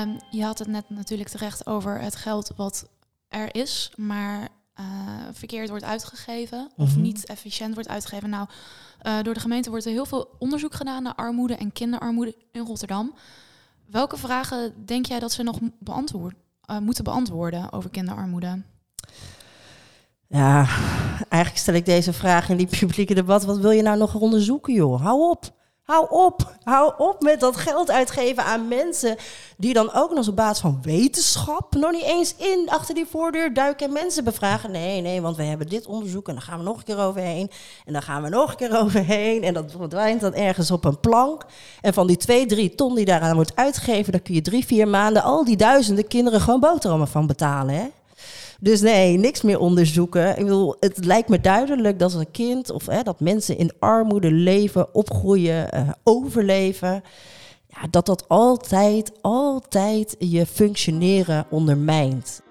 Je had het net natuurlijk terecht over het geld wat er is, maar verkeerd wordt uitgegeven of niet efficiënt wordt uitgegeven. Nou, door de gemeente wordt er heel veel onderzoek gedaan naar armoede en kinderarmoede in Rotterdam. Welke vragen denk jij dat ze nog moeten beantwoorden over kinderarmoede? Ja, eigenlijk stel ik deze vraag in die publieke debat. Wat wil je nou nog onderzoeken, joh? Hou op. Hou op met dat geld uitgeven aan mensen die dan ook nog eens op basis van wetenschap nog niet eens achter die voordeur duiken en mensen bevragen. Nee, want we hebben dit onderzoek en dan gaan we nog een keer overheen. En dan gaan we nog een keer overheen en dat verdwijnt dan ergens op een plank. En van die 2-3 ton die daaraan wordt uitgegeven, daar kun je 3-4 maanden al die duizenden kinderen gewoon boterhammen van betalen, hè? Dus nee, niks meer onderzoeken. Ik bedoel, het lijkt me duidelijk dat een kind of dat mensen in armoede leven, opgroeien, overleven. Ja, dat altijd je functioneren ondermijnt.